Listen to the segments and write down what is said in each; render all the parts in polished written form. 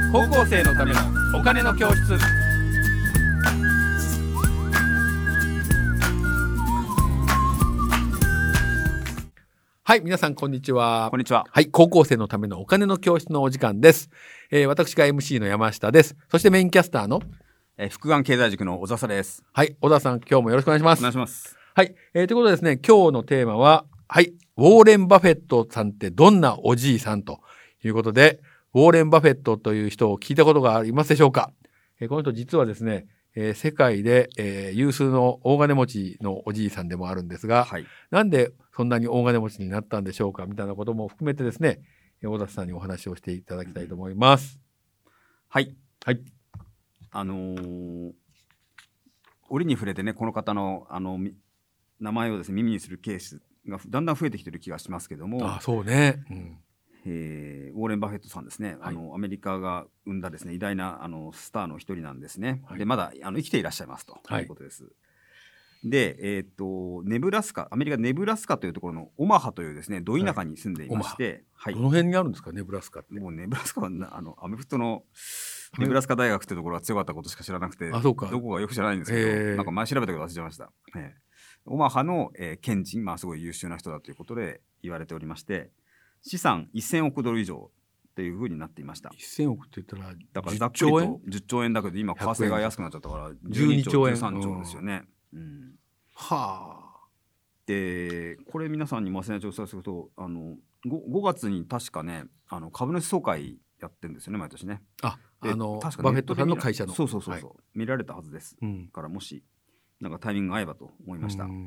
高校生のためのお金の教室。はい、皆さんこんにちは。 こんにちは。 はい、高校生のためのお金の教室のお時間です。私が MC の山下です。そしてメインキャスターの福眼経済塾の小笹です。 はい、小田さん、今日もよろしくお願いします。 お願いします。 はい、ということでですね、今日のテーマは、はい、ウォーレン・バフェットさんってどんなおじいさんということで、ウォーレン・バフェットという人を聞いたことがありますでしょうか。この人実はですね、世界で、有数の大金持ちのおじいさんでもあるんですが、 はい、 なんでそんなに大金持ちになったんでしょうかみたいなことも含めてですね、小田さんにお話をしていただきたいと思います。 はい。 はい。 折に触れてね、この方の名前をですね耳にするケースがだんだん増えてきてる気がしますけども、 そうね。 ウォーレン・バフェットさんですね、 はい、 アメリカが生んだですね偉大なスターの一人なんですね。 はい、 でまだ生きていらっしゃいますということです。で、ネブラスカ、アメリカネブラスカというところのオマハというですねど田舎に住んでいまして、 はい、どの辺にあるんですかネブラスカって。 もうネブラスカはアメフトのネブラスカ大学というところが強かったことしか知らなくて、どこがよく知らないんですけど、なんか前調べたけど忘れちゃいました。オマハの、県人、すごい優秀な人だということで言われておりまして、資産1000億ドル以上というふうになっていました。 1000億って言ったらだからざっくりと10兆円だけど、今為替が安くなっちゃったから12兆13兆ですよね。はあ。でこれ皆さんに忘れない調査すると5月に確かね株主総会やってるんですよね毎年ね。 確かバフェットさんの会社のそう、はい、見られたはずです、からもしなんかタイミングが合えばと思いました。はい。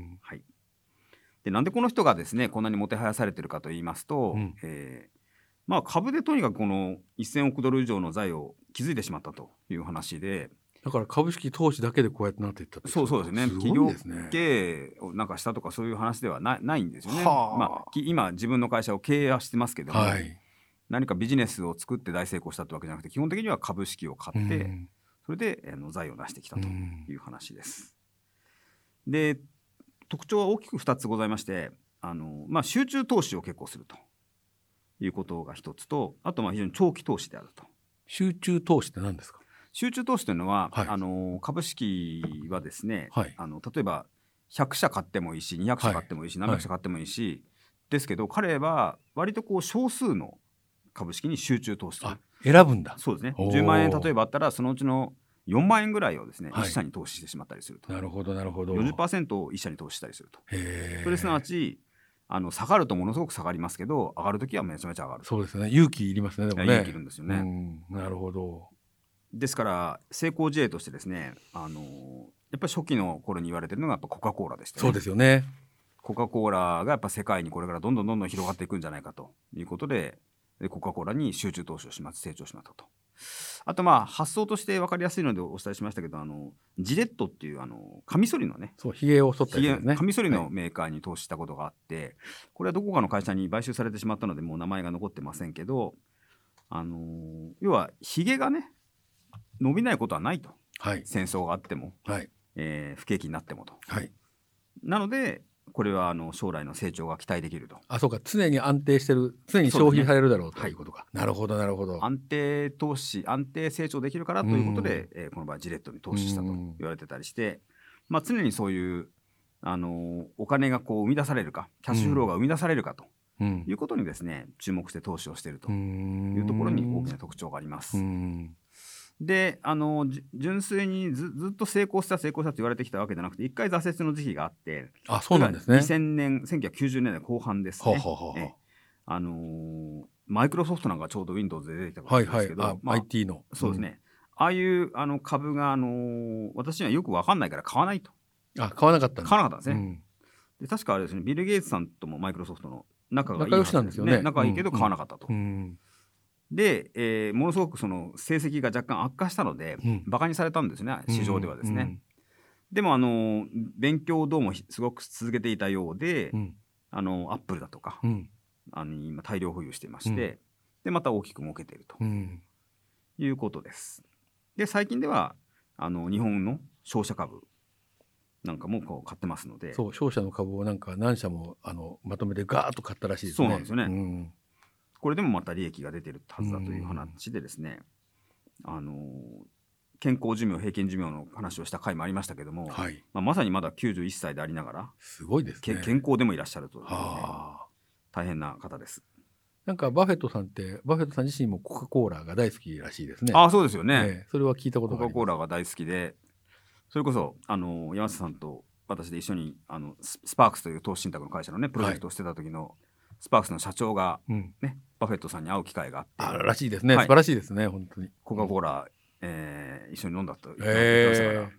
でなんでこの人がですねこんなにもてはやされてるかと言いますと、株でとにかくこの1000億ドル以上の財を築いてしまったという話で、 だから株式投資だけでこうやってなっていったってそうですね。企業経営をなんかしたとかそういう話ではないんですよね。今自分の会社を経営はしてますけども、何かビジネスを作って大成功したってわけじゃなくて基本的には株式を買ってそれで財を成してきたという話です。で特徴は大きく2つございまして、集中投資を結構するということが一つと、あと非常に長期投資であると。 集中投資って何ですか？ 集中投資というのは、株式はですね、例えば100社買ってもいいし200社買ってもいいし、何百社買ってもいいし、ですけど彼は割と少数の株式に集中投資する。 選ぶんだ。 そうですね。10万円例えばあったらそのうちの4万円ぐらいをですね、1社に投資してしまったりすると。 なるほどなるほど。 40% を1社に投資したりすると。それすなわち下がるとものすごく下がりますけど上がるときはめちゃめちゃ上がる。 そうですね。勇気いりますね。でもね勇気いるんですよね。 なるほど。 ですから成功事例としてですねやっぱり初期の頃に言われてるのがやっぱコカ・コーラでしたね。 そうですよね。 コカ・コーラがやっぱ世界にこれからどんどん広がっていくんじゃないかということでコカ・コーラに集中投資をします。成長しまったと。あと発想として分かりやすいのでお伝えしましたけどジレットっていうカミソリのね、 ひげを剃ったやつね、 カミソリのメーカーに投資したことがあって、これはどこかの会社に買収されてしまったのでもう名前が残ってませんけど要はひげがね伸びないことはないと、戦争があっても、不景気になってもと、なのでこれは将来の成長が期待できると。 そうか、常に安定してる、常に消費されるだろうということか。なるほどなるほど。 安定投資安定成長できるからということで、この場合ジレットに投資したと言われてたりして、常にそういうお金が生み出されるかキャッシュフローが生み出されるかということにですね注目して投資をしているというところに大きな特徴があります。で純粋にずっと成功したと言われてきたわけじゃなくて一回挫折の時期があって、 そうなんですね。 2000年1990年代後半ですね。マイクロソフトなんかちょうど Windows で出てきたことですけど、 IT のそうですね、ああいう株が私にはよく分かんないから買わないと。 買わなかったんですね。で確かあれですね、ビル・ゲイツさんともマイクロソフトの仲がいいはずなんですよね。 仲いいけど買わなかったと。で、ものすごくその成績が若干悪化したので、バカにされたんですね市場ではですね。でも勉強をどうもすごく続けていたようで、アップルだとか、今大量保有していまして、でまた大きく儲けているということです。で最近では日本の商社株なんかも買ってますので、 そう商社の株をなんか何社もまとめてガーッと買ったらしいですね。 そうなんですよね。これでもまた利益が出てるはずだという話でですね、 健康寿命平均寿命の話をした回もありましたけども、 はい、 まさにまだ91歳でありながらすごいですね。 健康でもいらっしゃるという、 はあ、 大変な方です。 なんかバフェットさん自身もコカ・コーラが大好きらしいですね。 そうですよね、 それは聞いたことがあります。 コカ・コーラが大好きで、それこそ山下さんと私で一緒にスパークスという投資信託の会社のねプロジェクトをしてた時の、スパークスの社長が、バフェットさんに会う機会があって、 らしいですね、素晴らしいですね本当に。 コカ・コーラ、一緒に飲んだと言ってましたから、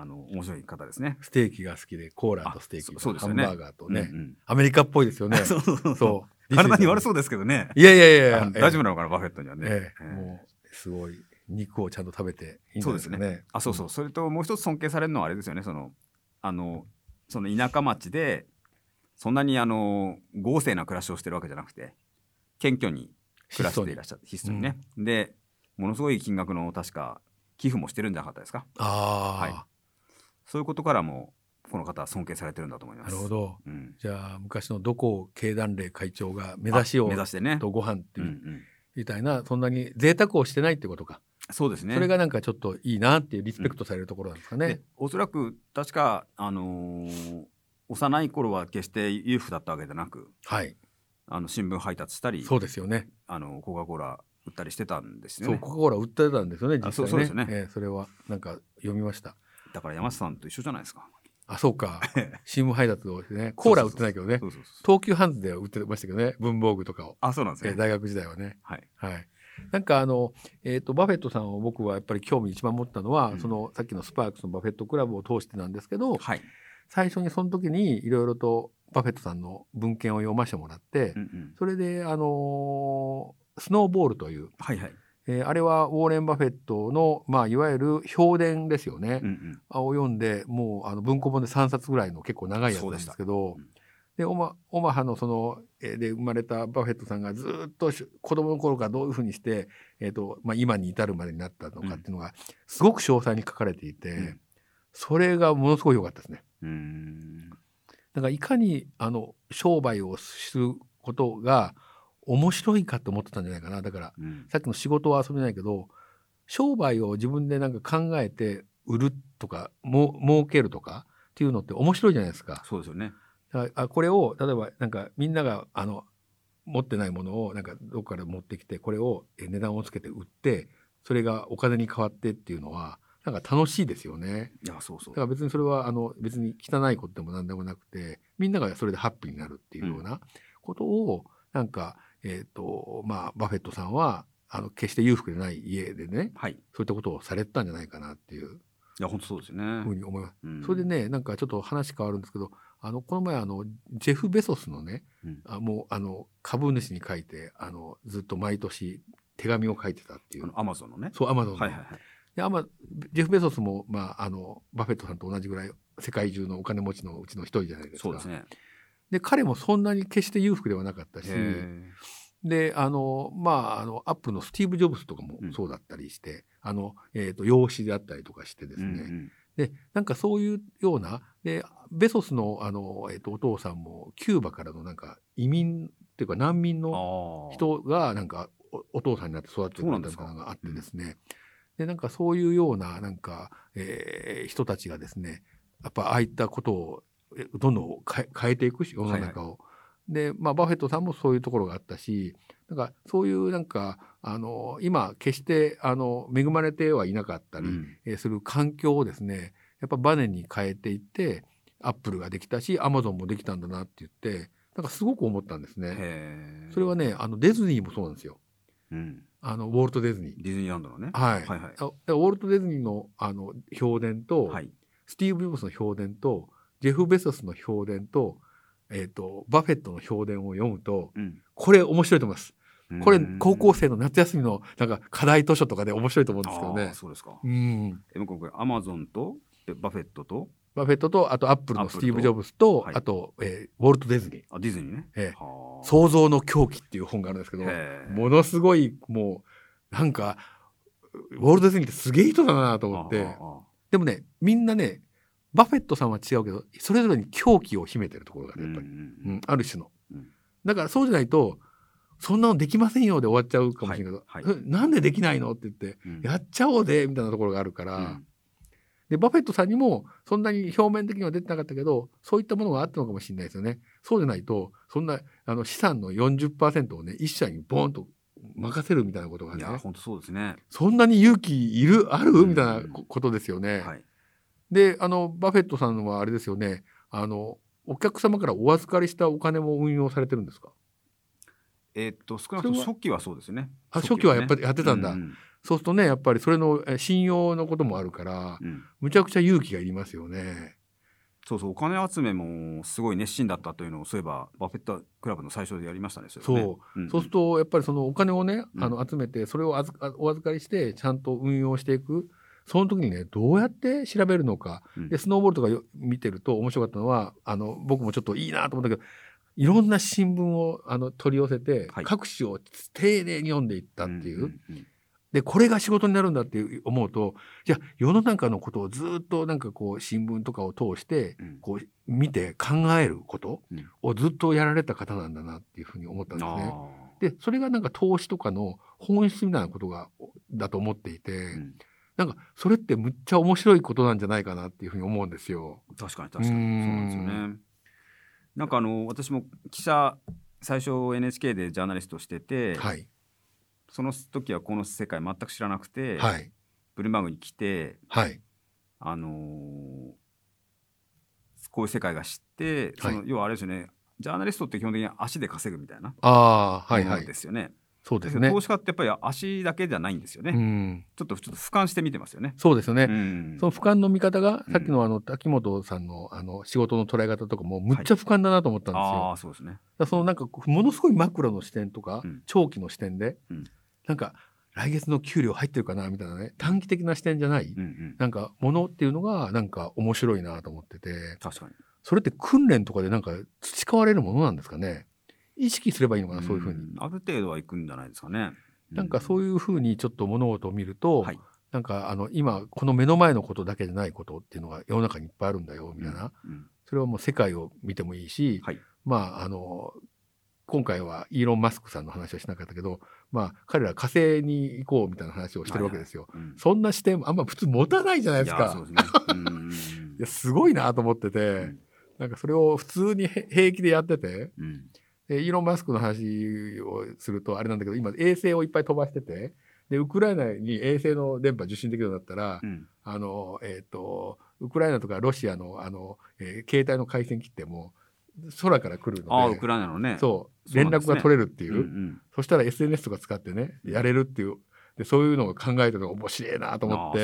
面白い方ですね。 ステーキが好きでコーラとステーキとハンバーガーとね、アメリカっぽいですよね。 そう体に悪そうですけどね。 いや大丈夫なのかな、バフェットにはね。 もうすごい肉をちゃんと食べていいんですね。 そうですね。それともう一つ尊敬されるのはあれですよね。その田舎町でそんなに豪勢な暮らしをしてるわけじゃなくて、謙虚に暮らしていらっしゃって、質素にね、でものすごい金額の確か寄付もしてるんじゃなかったですか。そういうことからもこの方は尊敬されてるんだと思います。 なるほど、じゃあ昔の土光経団連会長が目指してねとご飯っていう、みたいな、そんなに贅沢をしてないってことか。 そうですね。 それがなんかちょっといいなっていうリスペクトされるところなんですかね。 おそらく確か幼い頃は決して裕福だったわけじゃなく、新聞配達したり、 そうですよね、 コカ・コーラ売ったりしてたんですよね。 コカ・コーラ売ってたんですよね、実際ね。 そうですよね、 それはなんか読みました。 だから山下さんと一緒じゃないですか。 そうか新聞配達をしてね、コーラ売ってないけどね、東急ハンズでは売ってましたけどね、文房具とかを。 そうなんですね、 大学時代はね。なんかバフェットさんを僕はやっぱり興味一番持ったのは、そのさっきのスパークスのバフェットクラブを通してなんですけど、最初にその時にいろいろとバフェットさんの文献を読ませてもらって、それでスノーボールという、あれはウォーレン・バフェットの、いわゆる評伝ですよね、を読んで、もう文庫本で3冊ぐらいの結構長いやつなんですけど、でオマハので生まれたバフェットさんがずっと子供の頃からどういうふうにして、今に至るまでになったのかっていうのがすごく詳細に書かれていて、それがものすごい良かったですね。だからいかに商売をすることが面白いかって思ってたんじゃないかな。だから、さっきの仕事は遊びないけど、商売を自分でなんか考えて売るとか儲けるとかっていうのって面白いじゃないですか。 そうですよね。 これを例えばなんかみんなが持ってないものをなんかどっかから持ってきて、これを値段をつけて売って、それがお金に変わってっていうのはなんか楽しいですよね。 いや、そうそう。 だから別にそれは別に汚いことでも何でもなくて、みんながそれでハッピーになるっていうようなことをなんかバフェットさんは決して裕福でない家でね、そういったことをされてたんじゃないかなっていう。 いや本当そうですよね。 ふうに思います。それでね、なんかちょっと話変わるんですけど、この前ジェフ・ベソスのね、もう株主に書いてずっと毎年手紙を書いてたっていう。 アマゾンのね。 そう、アマゾンの。でジェフ・ベソスも、バフェットさんと同じぐらい世界中のお金持ちのうちの一人じゃないですか。 そうですね。 で彼もそんなに決して裕福ではなかったし、でアップルのスティーブ・ジョブズとかもそうだったりして、養子であったりとかしてですね、でなんかそういうようなでベソスのお父さんもキューバからのなんか移民っていうか難民の人がなんかお父さんになって育ってくれたのがあってですね、でなんかそういうようななんか、人たちがですね、やっぱああいったことをどんどん変えていくし、世の中を。でバフェットさんもそういうところがあったし、なんかそういうなんか今決して恵まれてはいなかったり、する環境をですね、やっぱバネに変えていってアップルができたしアマゾンもできたんだなって言って、なんかすごく思ったんですね。それはねディズニーもそうなんですよ。ウォルト・ディズニー。 ディズニーランドのね。 ウォルト・ディズニーの評伝と、スティーブ・ジョブズの評伝とジェフ・ベソスの評伝とバフェットの評伝を読むと、これ面白いと思います。これ高校生の夏休みのなんか課題図書とかで面白いと思うんですけどね。 そうですか。これアマゾンとバフェットとあとアップルのスティーブ・ジョブズと、あとウォルト・ディズニー。 ディズニーね。 創造の狂気っていう本があるんですけど、ものすごいもうなんかウォルト・ディズニーってすげえ人だなと思って。でもね、みんなね、バフェットさんは違うけどそれぞれに狂気を秘めてるところがね、やっぱり、ある種の。だからそうじゃないとそんなのできませんよで終わっちゃうかもしれないけど、なんでできないのって言って、やっちゃおうぜみたいなところがあるから、でバフェットさんにもそんなに表面的には出てなかったけど、そういったものがあったのかもしれないですよね。そうじゃないとそんな資産の 40% をね一社にボーンと任せるみたいなことがね、 いや本当そうですね。 そんなに勇気あるみたいなことですよね。でバフェットさんはあれですよね、お客様からお預かりしたお金も運用されてるんですか？ 少なくとも初期はそうですよね。 初期はやっぱりやってたんだ。そうするとねやっぱりそれの信用のこともあるから、むちゃくちゃ勇気がいりますよね。 そうそう、お金集めもすごい熱心だったというのをそういえばバフェットクラブの最初でやりましたね。そうするとやっぱりそのお金をね集めてそれをお預かりしてちゃんと運用していく。その時にねどうやって調べるのか、でスノーボールとか見てると面白かったのは僕もちょっといいなと思ったけど、いろんな新聞を取り寄せて、各紙を丁寧に読んでいったっていう、でこれが仕事になるんだって思うと、じゃあ世の中のことをずっとなんかこう新聞とかを通してこう見て考えることをずっとやられた方なんだなっていうふうに思ったんですね。でそれがなんか投資とかの本質みたいなことだと思っていて、なんかそれってむっちゃ面白いことなんじゃないかなっていうふうに思うんですよ。 確かにそうなんですよね。なんか私も記者最初 NHK でジャーナリストしてて、その時はこの世界全く知らなくて、ブルームバーグに来て、こういう世界が知って、要はあれですよね、ジャーナリストって基本的に足で稼ぐみたいなものですよね。 そうですね。 投資家ってやっぱり足だけじゃないんですよね。ちょっと俯瞰して見てますよね。 そうですよね。その俯瞰の見方がさっきの滝本さんの仕事の捉え方とかもむっちゃ俯瞰だなと思ったんですよ。 そうですね。 そのなんかものすごいマクロの視点とか長期の視点で、なんか来月の給料入ってるかなみたいなね、短期的な視点じゃないなんかものっていうのがなんか面白いなと思ってて。 確かに。 それって訓練とかでなんか培われるものなんですかね。意識すればいいのかな、そういうふうに。 ある程度はいくんじゃないですかね。 なんかそういうふうにちょっと物事を見ると、なんか今この目の前のことだけじゃないことっていうのが世の中にいっぱいあるんだよみたいな、それはもう世界を見てもいいし、まあ今回はイーロン・マスクさんの話はしなかったけど、まあ彼ら火星に行こうみたいな話をしてるわけですよ。そんな視点あんま普通持たないじゃないですか。いやすごいなと思ってて、なんかそれを普通に平気でやってて、イーロン・マスクの話をするとあれなんだけど、今衛星をいっぱい飛ばしてて、でウクライナに衛星の電波受信できるようになったら、ウクライナとかロシアの携帯の回線切っても空から来るので、 ウクライナのね、 そう連絡が取れるっていう、そしたら SNS とか使ってねやれるっていう、でそういうのを考えてるのが面白いなと思って、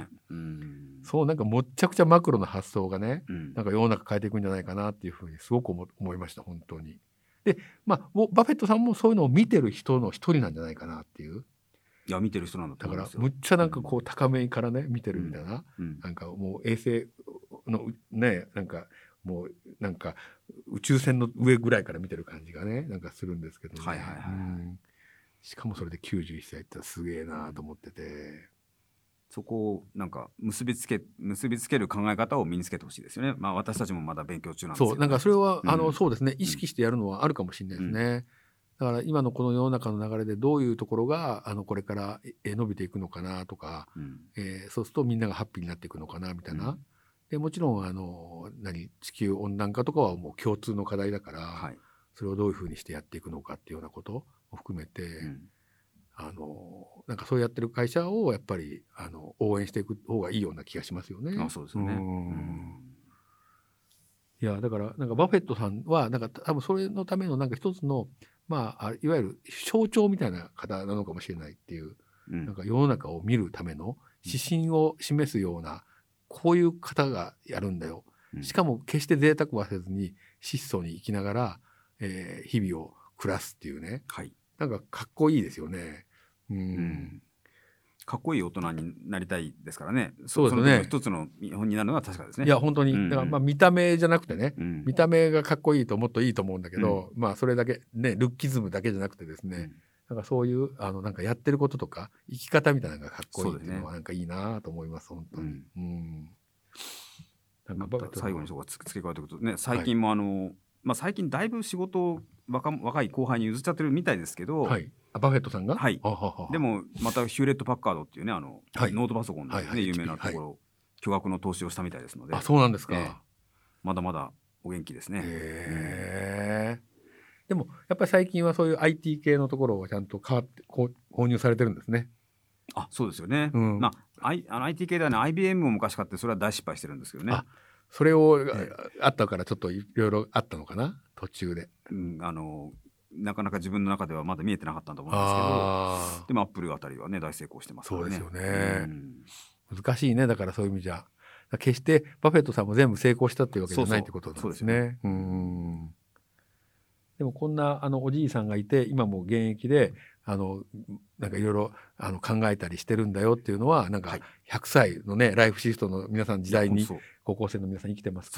そうなんかもっちゃくちゃマクロな発想がね、なんか世の中変えていくんじゃないかなっていうふうにすごく思いました本当に。でまあバフェットさんもそういうのを見てる人の一人なんじゃないかなっていう。 いや見てる人なんだと思いますよ。 だからむっちゃなんかこう高めからね見てるみたいな、なんかもう衛星のねなんかもうなんか宇宙船の上ぐらいから見てる感じがねなんかするんですけどね。しかもそれで91歳ってすげえなと思ってて。 そこをなんか結びつける考え方を身につけてほしいですよね。まあ私たちもまだ勉強中なんですけど、 そうなんかそれはそうですね、意識してやるのはあるかもしれないですね。だから今のこの世の中の流れでどういうところがこれから伸びていくのかなとか、そうするとみんながハッピーになっていくのかなみたいな。でもちろん地球温暖化とかはもう共通の課題だから、それをどういうふうにしてやっていくのかっていうようなことを含めて、なんかそうやってる会社をやっぱり応援していく方がいいような気がしますよね。 そうですよね。 いやだからなんかバフェットさんはなんか多分それのためのなんか一つのまあいわゆる象徴みたいな方なのかもしれないっていう、なんか世の中を見るための指針を示すような、こういう方がやるんだよ。しかも決して贅沢はせずに質素に生きながら、日々を暮らすっていうね。なんかかっこいいですよね。 かっこいい大人になりたいですからね。 そうですね。 一つの見本になるのは確かですね。 いや本当にだからまあ見た目じゃなくてね、見た目がかっこいいともっといいと思うんだけど、まあそれだけねルッキズムだけじゃなくてですね、なんかそういうなんかやってることとか生き方みたいなのがかっこいいっていうのはなんかいいなと思います本当に。 なんか最後にそこが付け加えておくとね、最近も最近だいぶ仕事若い後輩に譲っちゃってるみたいですけど、 はい、バフェットさんが、 はい、 はははでもまたヒューレット・パッカードっていうねはい、 ノートパソコンで、ね、 はい、 有名なところ、巨額の投資をしたみたいですので。 あ、そうなんですか。 まだまだお元気ですね。 でもやっぱり最近はそういう IT 系のところをちゃんと購入されてるんですね。 あ、そうですよね。IT 系ではね IBM を昔買ってそれは大失敗してるんですけどね。 あ、それを、あったからちょっといろいろあったのかな途中で、 なかなか自分の中ではまだ見えてなかったと思うんですけど、でもアップルあたりはね大成功してますからね。 そうですよね、難しいね。だからそういう意味じゃ決してバフェットさんも全部成功したっていうわけじゃないってことなんですね。でもこんなおじいさんがいて今も現役でなんかいろいろ考えたりしてるんだよっていうのはなんか100歳のねライフシフトの皆さん時代に高校生の皆さん生きてますから、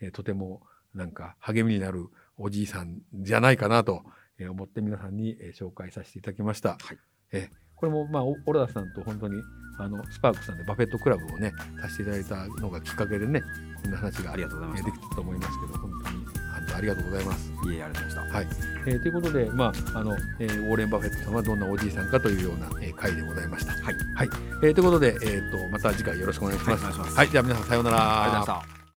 とてもなんか励みになるおじいさんじゃないかなと思って皆さんに紹介させていただきました。これも小田さんと本当にスパークさんでバフェットクラブをねさせていただいたのがきっかけでねこんな話ができたと思いますけど、本当にありがとうございます。 いえ、ありがとうございました。 ということで、ウォーレン・バフェットさんはどんなおじいさんかというような、回でございました。ということで、また次回よろしくお願いします。 はい、 じゃあ皆さんさようなら。 ありがとうございました。